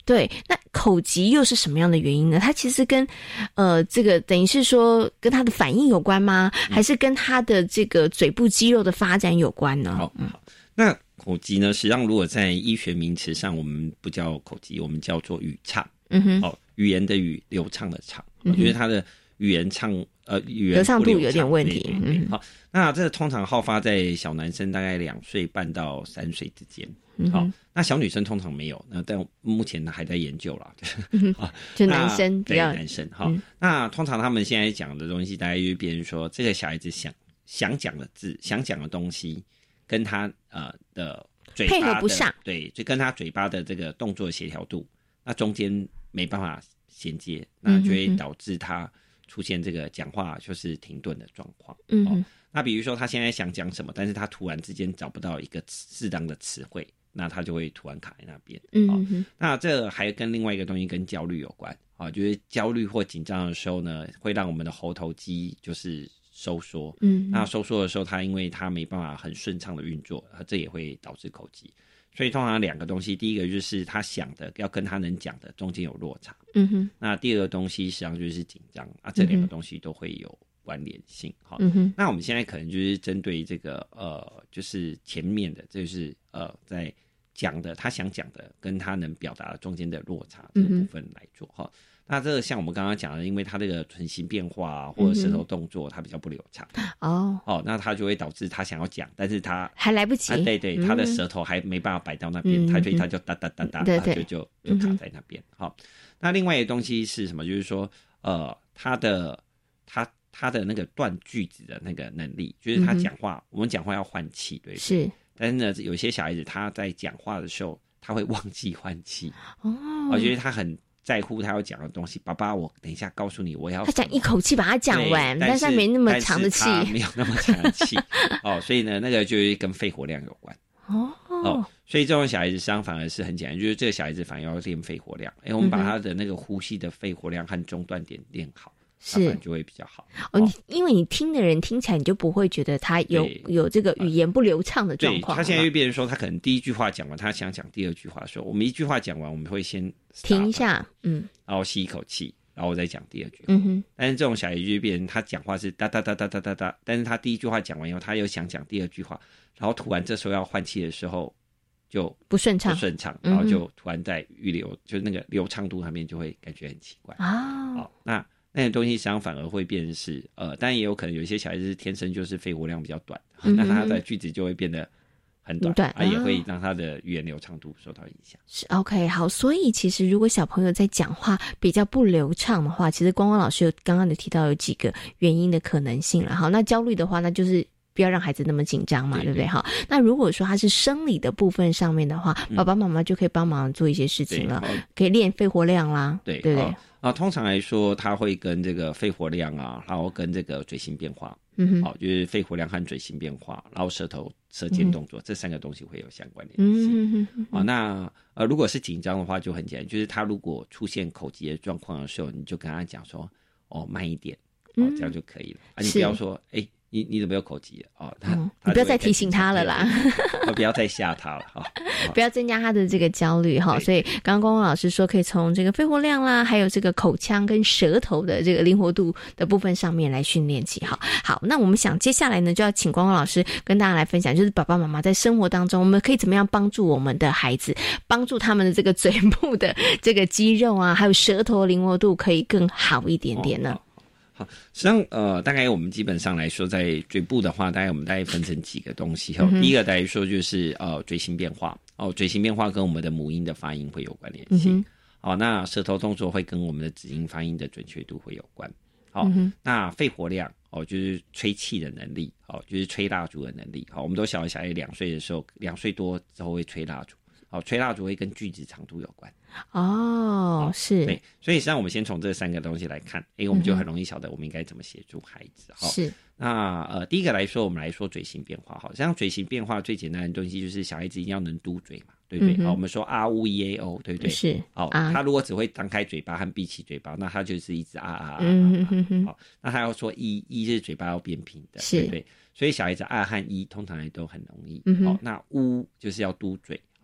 对，那口疾又是什么样的原因呢？它其实跟这个等于是说跟他的反应有关吗？还是跟他的这个嘴部肌肉的发展有关呢？ 好，那口疾呢，实际上如果在医学名词上，我们不叫口疾，我们叫做语畅。语言的语，流畅的畅，我觉得他的语言语言流畅度有点问题。 对，好，那这通常好发在小男生大概2岁半到3岁之间。好，那小女生通常没有，那但目前呢还在研究啦。 就男生比较男生哈。那通常他们现在讲的东西，大概就是别人说这个小孩子想讲的字、想讲的东西，跟他的嘴巴的配合不上， 对，就跟他嘴巴的这个动作协调度，那中间没办法衔接，那就会导致他出现这个讲话就是停顿的状况。那比如说他现在想讲什么，但是他突然之间找不到一个适当的词汇，那他就会突然卡在那边。那这还跟另外一个东西跟焦虑有关啊，就是焦虑或紧张的时候呢，会让我们的喉头肌就是收缩。那收缩的时候，它因为它没办法很顺畅的运作，这也会导致口疾。所以通常2个东西，第一个就是他想的要跟他能讲的中间有落差。那第二个东西实际上就是紧张啊，这2个东西都会有关联性。好，那我们现在可能就是针对这个就是前面的，就是在讲的他想讲的跟他能表达的中间的落差这个部分来做哈。那这个像我们刚刚讲的，因为他这个唇形变化啊，或者舌头动作，它比较不流畅。那他就会导致他想要讲，但是他还来不及。 对，他的舌头还没办法摆到那边，他就哒哒哒哒，就卡在那边。好，那另外一个东西是什么？就是说，他的那个断句子的那个能力，就是他讲话，我们讲话要换气，对， 是。 但是呢，有些小孩子他在讲话的时候，他会忘记换气。我觉得他很在乎他要讲的东西，爸爸，我等一下告诉你我要。他讲一口气把它讲完，但是他没那么长的气， 没有那么长的气。所以呢，那个就跟肺活量有关。所以这种小孩子实际上反而是很简单，就是这个小孩子反而要练肺活量。我们把他的那个呼吸的肺活量和中断点练好。是就会比较好因为你听的人听起来你就不会觉得他有这个语言不流畅的状况。 他现在就变成说，他可能第一句话讲完，他想讲第二句话的时候，我们一句话讲完，我们会先停一下， 然后吸一口气，然后我再讲第二句话。但是这种小孩就变成他讲话是哒哒哒哒哒哒哒，但是他第一句话讲完以后，他又想讲第二句话，然后突然这时候要换气的时候就不顺畅， 然后就突然在预留，就是那个流畅度上面就会感觉很奇怪。那些东西实际上反而会变成是当然也有可能有一些小孩子是天生就是肺活量比较短，那他的句子就会变得很短，也会让他的语言流畅度受到影响。 是 OK 好，所以其实如果小朋友在讲话比较不流畅的话，其实光光老师有刚刚提到有几个原因的可能性了。好，那焦虑的话，那就是不要让孩子那么紧张嘛，对不对？好，那如果说他是生理的部分上面的话，爸爸妈妈就可以帮忙做一些事情了，可以练肺活量啦，对不对？ 通常来说，它会跟这个肺活量啊，然后跟这个嘴型变化，就是肺活量和嘴型变化，然后舌尖动作，这3个东西会有相关联性。那如果是紧张的话，就很简单，就是他如果出现口疾的状况的时候，你就跟他讲说，慢一点，这样就可以了。你不要说，你怎么有口疾了？ 你不要再提醒他了啦， 不要再吓他了不要增加他的这个焦虑哈。所以刚刚光光老师说，可以从这个肺活量啦，还有这个口腔跟舌头的这个灵活度的部分上面来训练起。好，那我们想接下来呢，就要请光光老师跟大家来分享，就是爸爸妈妈在生活当中，我们可以怎么样帮助我们的孩子，帮助他们的这个嘴部的这个肌肉啊，还有舌头灵活度可以更好一点点呢？ 好，实际上大概我们基本上来说，在嘴部的话，大概分成几个东西。第一个来说就是嘴型变化。嘴型变化跟我们的母音的发音会有关联性。那舌头动作会跟我们的子音发音的准确度会有关。那肺活量就是吹气的能力，就是吹蜡烛的能力。我们都晓得小孩2岁的时候，2岁多之后会吹蜡烛。吹蜡烛会跟句子长度有关。 是。 对，所以实际上我们先从这3个东西来看，我们就很容易晓得我们应该怎么协助孩子。 是。 那第一个来说，我们来说嘴型变化。实际上嘴型变化最简单的东西就是小孩子一定要能嘟嘴嘛，对不对？我们说啊呜一 a o， 对不对？ 是。 他如果只会张开嘴巴和闭起嘴巴，那他就是一直啊。那他要说一是嘴巴要变平的，对不对？所以小孩子啊和一通常都很容易。那呜就是要嘟嘴。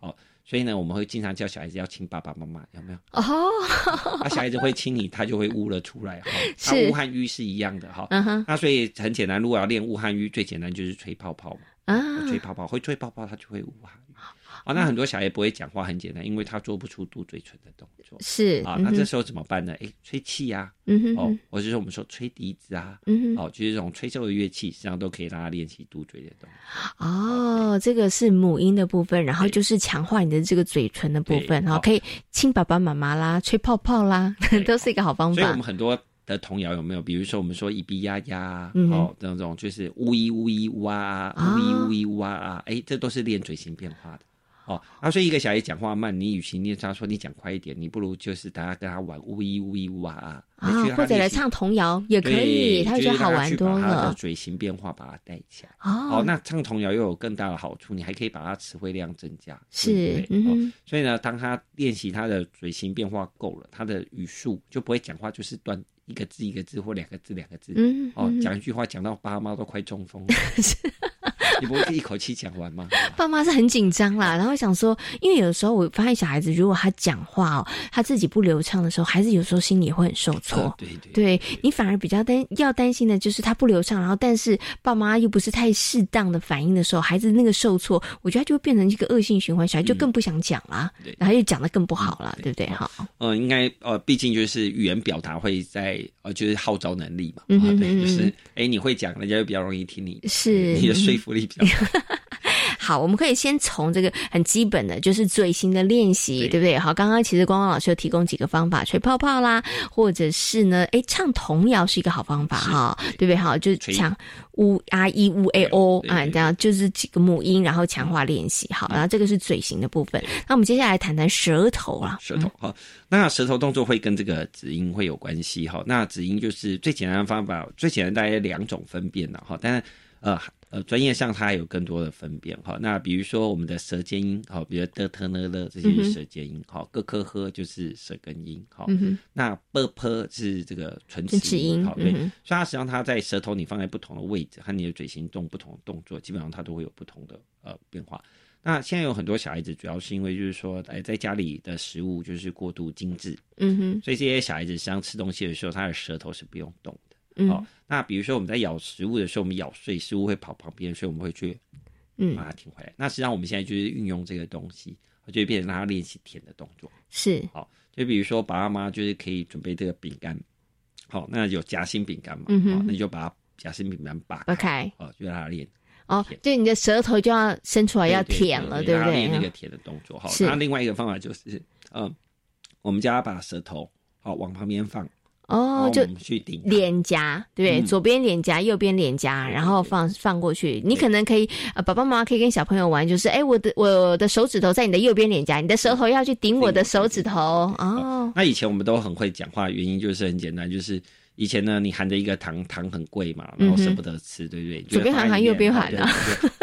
所以呢，我们会经常叫小孩子要亲爸爸妈妈，有没有？哦，小孩子会亲你，他就会呜了出来哈。他呜和吁是一样的哈。那所以很简单，如果要练呜和吁，最简单就是吹泡泡嘛。吹泡泡会吹泡泡，他就会呜和吁。那很多小孩不会讲话，很简单，因为他做不出嘟嘴唇的动作。 是那这时候怎么办呢？吹气啊，或者是我们说吹笛子啊，就是这种吹奏的乐器，实际上都可以让他练习嘟嘴的动作。 这个是母音的部分，然后就是强化你的这个嘴唇的部分，可以亲爸爸妈妈啦，吹泡泡啦，都是一个好方法。 所以我们很多的童谣有没有？比如说我们说咿咿呀呀，这种就是呜咿呜咿呜啊，呜咿呜咿呜啊，这都是练嘴型变化的。所以一个小孩讲话慢，你与其念他说你讲快一点，你不如就是大家跟他玩呜咿呜咿呜啊， 或者来唱童谣也可以，他会觉得好玩多了。 把他的嘴型变化把它带起来。那唱童谣又有更大的好处，你还可以把他词汇量增加。 是， 所以呢，当他练习他的嘴型变化够了，他的语速就不会讲话就是断一个字一个字或两个字两个字。讲一句话讲到爸妈都快中风了。你不会一口气讲完吗？ 爸妈是很紧张啦，然后想说，因为有时候我发现小孩子如果他讲话他自己不流畅的时候，孩子有时候心里会很受挫。对，你反而比较要担心的就是他不流畅，然后但是爸妈又不是太适当的反应的时候，孩子那个受挫，我觉得他就会变成一个恶性循环，小孩就更不想讲啦，然后又讲得更不好啦，对不对？好， 应该毕竟就是语言表达会在就是号召能力嘛，对，就是你会讲，人家就比较容易听你， 是你的说服力比较好。 好，我们可以先从这个很基本的就是嘴型的练习，对不对？好，刚刚其实光光老师有提供几个方法，吹泡泡啦，或者是呢唱童谣是一个好方法哈，对不对？好，就是唱呜啊一呜 a o 这样就是几个母音，然后强化练习。好，然后这个是嘴型的部分。那我们接下来谈谈舌头啦。 舌头那舌头动作会跟这个子音会有关系哈。那子音就是最简单的方法，最简单大概2种分辨了哈，但是专业上它还有更多的分辨哈。那比如说我们的舌尖音，比如的特呢了，这些是舌尖音，咯科呵就是舌根音，那啵坡是这个唇齿音，对，所以它实际上它在舌头你放在不同的位置和你的嘴型动不同的动作，基本上它都会有不同的变化。那现在有很多小孩子，主要是因为就是说，在家里的食物就是过度精致，所以这些小孩子实际上吃东西的时候，他的舌头是不用动的。那比如说我们在咬食物的时候，我们咬碎食物会跑旁边，所以我们会去把它停回来。那实际上我们现在就是运用这个东西，就会变成让他练习舔的动作。 是， 就比如说爸爸妈妈就是可以准备这个饼干，那有夹心饼干嘛，那你就把夹心饼干拔开，就让他练。 就你的舌头就要伸出来要舔了，对不对？ 练那个舔的动作。那另外一个方法就是，我们叫他把舌头往旁边放。 就去顶脸颊，对，左边脸颊，右边脸颊，然后放过去。你可能可以，爸爸妈妈可以跟小朋友玩，就是我的手指头在你的右边脸颊，你的舌头要去顶我的手指头。 那以前我们都很会讲话，原因就是很简单，就是以前呢，你含着一个糖很贵嘛，然后舍不得吃，对不对？ 左边含右边含啊。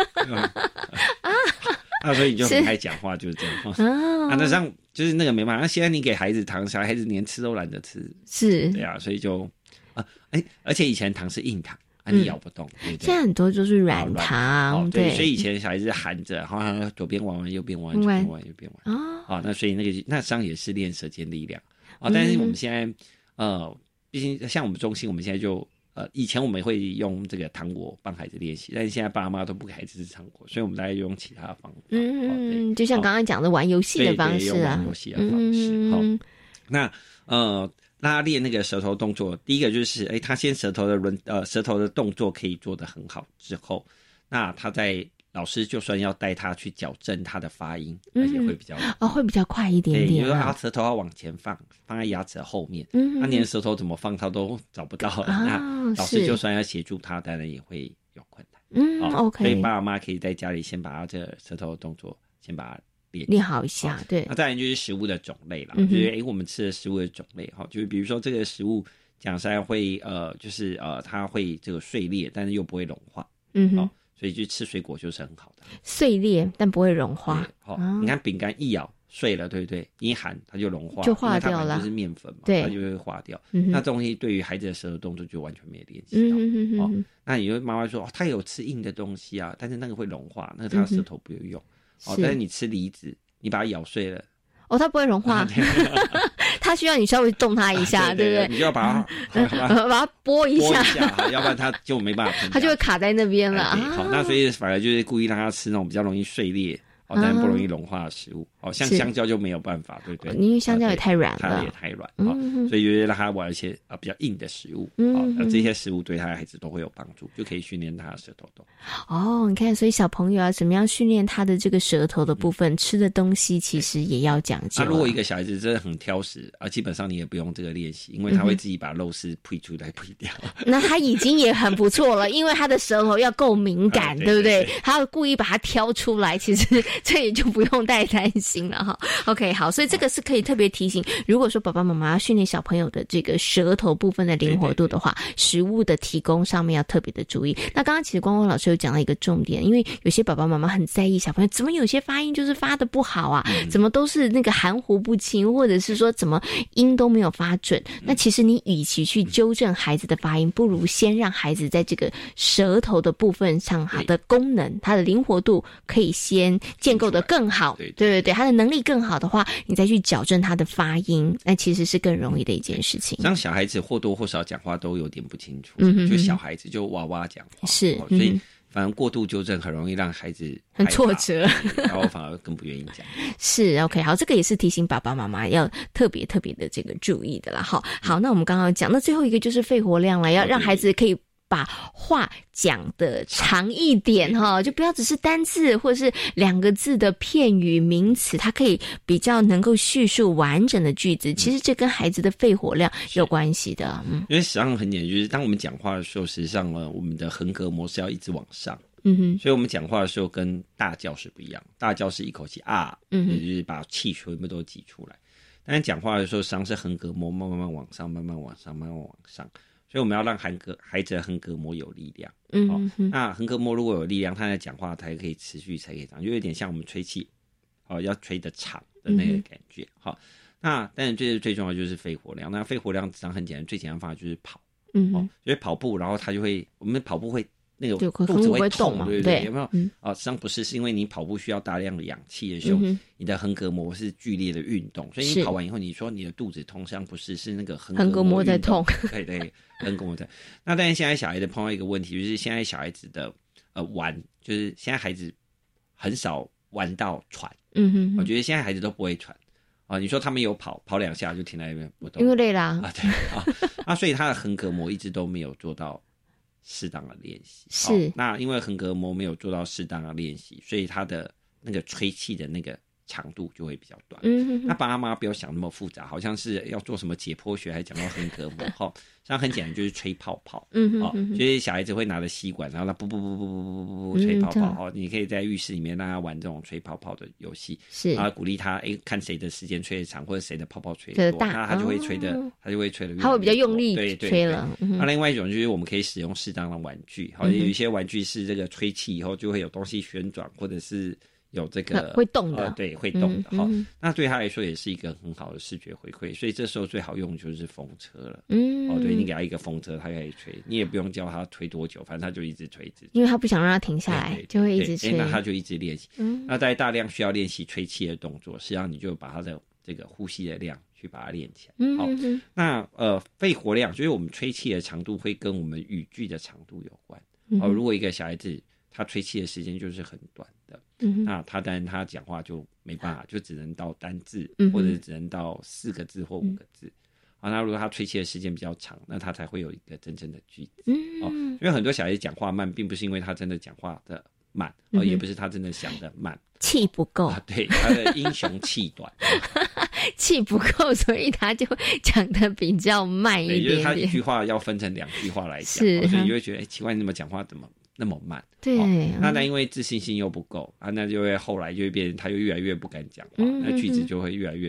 所以你就很爱讲话，就是这样。那像就是那个没办法。那现在你给孩子糖，小孩子连吃都懒得吃， 是， 对啊，所以就而且以前糖是硬糖你咬不动，对不对？ 现在很多就是软糖， 对，所以以前小孩子含着，然后左边玩右边玩，左边玩右边玩。那所以那实际上也是练舌尖力量但是我们现在毕竟像我们中心，我们现在就。以前我们会用这个糖果帮孩子练习，但是现在爸妈都不给孩子吃糖果，所以我们大概用其他的方法。 就像刚刚讲的玩游戏的方式啊， 玩游戏的方式。那让他练那个舌头动作，第一个就是他先舌头的动作可以做得很好之后，那他在老师就算要带他去矫正他的发音，而且会比较会比较快一点点。 比如说他舌头要往前放在牙齿的后面，那你的舌头怎么放他都找不到了。那老师就算要协助他，当然也会有困难。 OK。 所以爸爸妈妈可以在家里先把他这个舌头的动作先把它练好一下。对。 那再来就是食物的种类啦，就是我们吃的食物的种类就是比如说这个食物讲实在会就是它会这个碎裂，但是又不会融化。所以就吃水果就是很好的， 碎裂但不会融化。 你看饼干一咬碎了，对不对？一含它就融化， 就化掉了， 就是面粉嘛， 对， 它就会化掉。那这东西对于孩子的舌头动作就完全没有练习到。那你就妈妈说他有吃硬的东西啊，但是那个会融化，那个他舌头不会用。但是你吃梨子， 你把它咬碎了， 它不会融化，它需要你稍微动它一下，对不对？ 你就要把它拨一下， 要不然它就没办法吞， 它就会卡在那边了。 好，那所以反而就是故意让它吃那种比较容易碎裂。但不容易融化的食物，像香蕉就没有办法，对不对？ 因为香蕉也太软了， 它也太软，所以就是让它玩一些比较硬的食物，那这些食物对他的孩子都会有帮助，就可以训练他的舌头动。 你看，所以小朋友怎么样训练他的这个舌头的部分，吃的东西其实也要讲究。 那如果一个小孩子真的很挑食基本上你也不用这个练习，因为他会自己把肉丝呸出来呸掉。 那他已经也很不错了，因为他的舌头要够敏感，对不对？他要故意把它挑出来，其实这也就不用太担心了哈。OK， 好，所以这个是可以特别提醒，如果说爸爸妈妈要训练小朋友的这个舌头部分的灵活度的话，食物的提供上面要特别的注意。那刚刚其实光光老师有讲到一个重点，因为有些爸爸妈妈很在意小朋友怎么有些发音就是发的不好啊，怎么都是那个含糊不清，或者是说怎么音都没有发准。那其实你与其去纠正孩子的发音，不如先让孩子在这个舌头的部分上，它的功能、它的灵活度可以先建构的更好，对，他的能力更好的话，你再去矫正他的发音，那其实是更容易的一件事情。 让小孩子或多或少讲话都有点不清楚，就小孩子就哇哇讲话， 是， 所以反正过度纠正很容易让孩子很挫折， 然后反而更不愿意讲。 是 OK， 好，这个也是提醒爸爸妈妈要特别的这个注意的啦。好，那我们刚刚讲，那最后一个就是肺活量了，要让孩子可以把话讲的长一点哈，就不要只是单字或者是2个字的片语名词，它可以比较能够叙述完整的句子。其实这跟孩子的肺活量有关系的。 因为实际上很简单，就是当我们讲话的时候，实际上呢，我们的横膈膜是要一直往上。所以我们讲话的时候跟大叫是不一样，大叫是一口气也就是把气全部都挤出来。但是讲话的时候，实际上是横膈膜慢慢往上，慢慢往上，慢慢往上。所以我们要让孩子的横膈膜有力量。那横膈膜如果有力量，他在讲话才可以持续，才可以长，就有点像我们吹气，要吹得长的那个感觉。那但是最重要就是肺活量。那肺活量实际上很简单，最简单的方法就是跑。因为跑步，然后他就会，我们跑步会那个肚子会痛嘛，对不对？有没有？实际上不是，是因为你跑步需要大量的氧气的时候，你的横膈膜是剧烈的运动，所以你跑完以后，你说你的肚子痛，实际上不是，是那个横膈膜在痛。对，横膈膜在。那但是现在小孩子碰到一个问题，就是现在小孩子的玩，就是现在孩子很少玩到喘。我觉得现在孩子都不会喘。你说他们有跑2下就停在那边不动， 因为累啦。 对所以他的横膈膜一直都没有做到适当的练习。 是。 那因为横膈膜没有做到适当的练习，所以他的那个吹气的那个长度就会比较短。那爸妈不要想那么复杂，好像是要做什么解剖学还讲到横膈膜。实际上很简单，就是吹泡泡。所以小孩子会拿着吸管，然后他不吹泡泡。你可以在浴室里面让他玩这种吹泡泡的游戏， 是， 然后鼓励他看谁的时间吹得长，或者谁的泡泡吹得多，那他就会吹得他会比较用力吹了。 那另外一种就是我们可以使用适当的玩具。有一些玩具是这个吹气以后就会有东西旋转，或者是有这个会动的， 对，会动的。那对他来说也是一个很好的视觉回馈，所以这时候最好用的就是风车了。对，你给他一个风车，他可以吹，你也不用教他吹多久，反正他就一直吹， 因为他不想让他停下来，就会一直吹。 那他就一直练习。那在大量需要练习吹气的动作，实际上你就把他的这个呼吸的量去把它练起来。好，那肺活量就是我们吹气的长度会跟我们语句的长度有关。如果一个小孩子他吹气的时间就是很短的，那他当然他讲话就没办法，就只能到单字，或者只能到4个字或5个字。那如果他吹气的时间比较长，那他才会有一个真正的句子。因为很多小孩子讲话慢，并不是因为他真的讲话的慢，也不是他真的想的慢， 气不够。 对，他的英雄气短。 气不够，所以他就讲的比较慢一点点。 就是他一句话要分成2句话来讲，所以你就会觉得奇怪，你怎么讲话怎么那么慢？ 对。 那因为自信心又不够那就会后来就会变成他就越来越不敢讲话，那句子就会越来越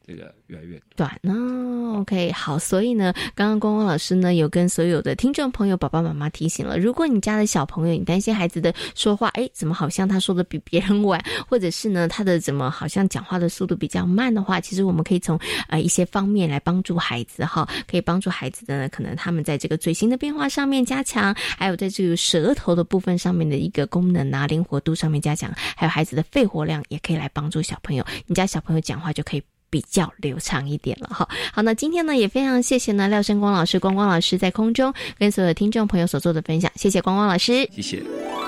这个越来越短哦。OK， 好，所以呢，刚刚光光老师呢有跟所有的听众朋友、爸爸妈妈提醒了，如果你家的小朋友，你担心孩子的说话，怎么好像他说的比别人晚，或者是呢他的怎么好像讲话的速度比较慢的话，其实我们可以从一些方面来帮助孩子哈，可以帮助孩子的呢，可能他们在这个嘴型的变化上面加强，还有在这个舌头的部分上面的一个功能啊、灵活度上面加强，还有孩子的肺活量也可以来帮助小朋友，你家小朋友讲话就可以比较流畅一点了哈。好，那今天呢也非常谢谢呢廖笙光老师、光光老师在空中跟所有听众朋友所做的分享，谢谢光光老师， 谢谢。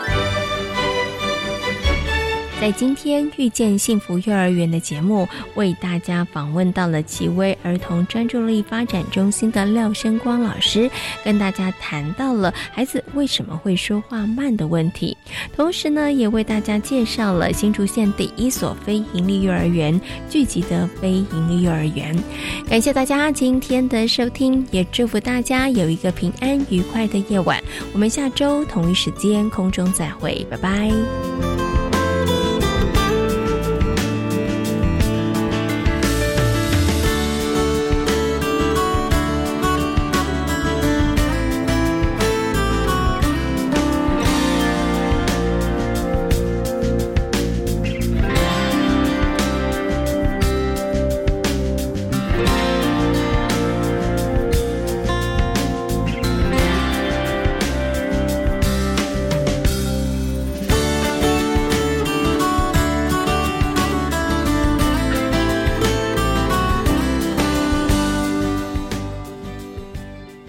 在今天遇见幸福幼儿园的节目，为大家访问到了奇威儿童专注力发展中心的廖笙光老师，跟大家谈到了孩子为什么会说话慢的问题，同时呢也为大家介绍了新竹县第一所非营利幼儿园聚集的非营利幼儿园。感谢大家今天的收听，也祝福大家有一个平安愉快的夜晚，我们下周同一时间空中再会，拜拜。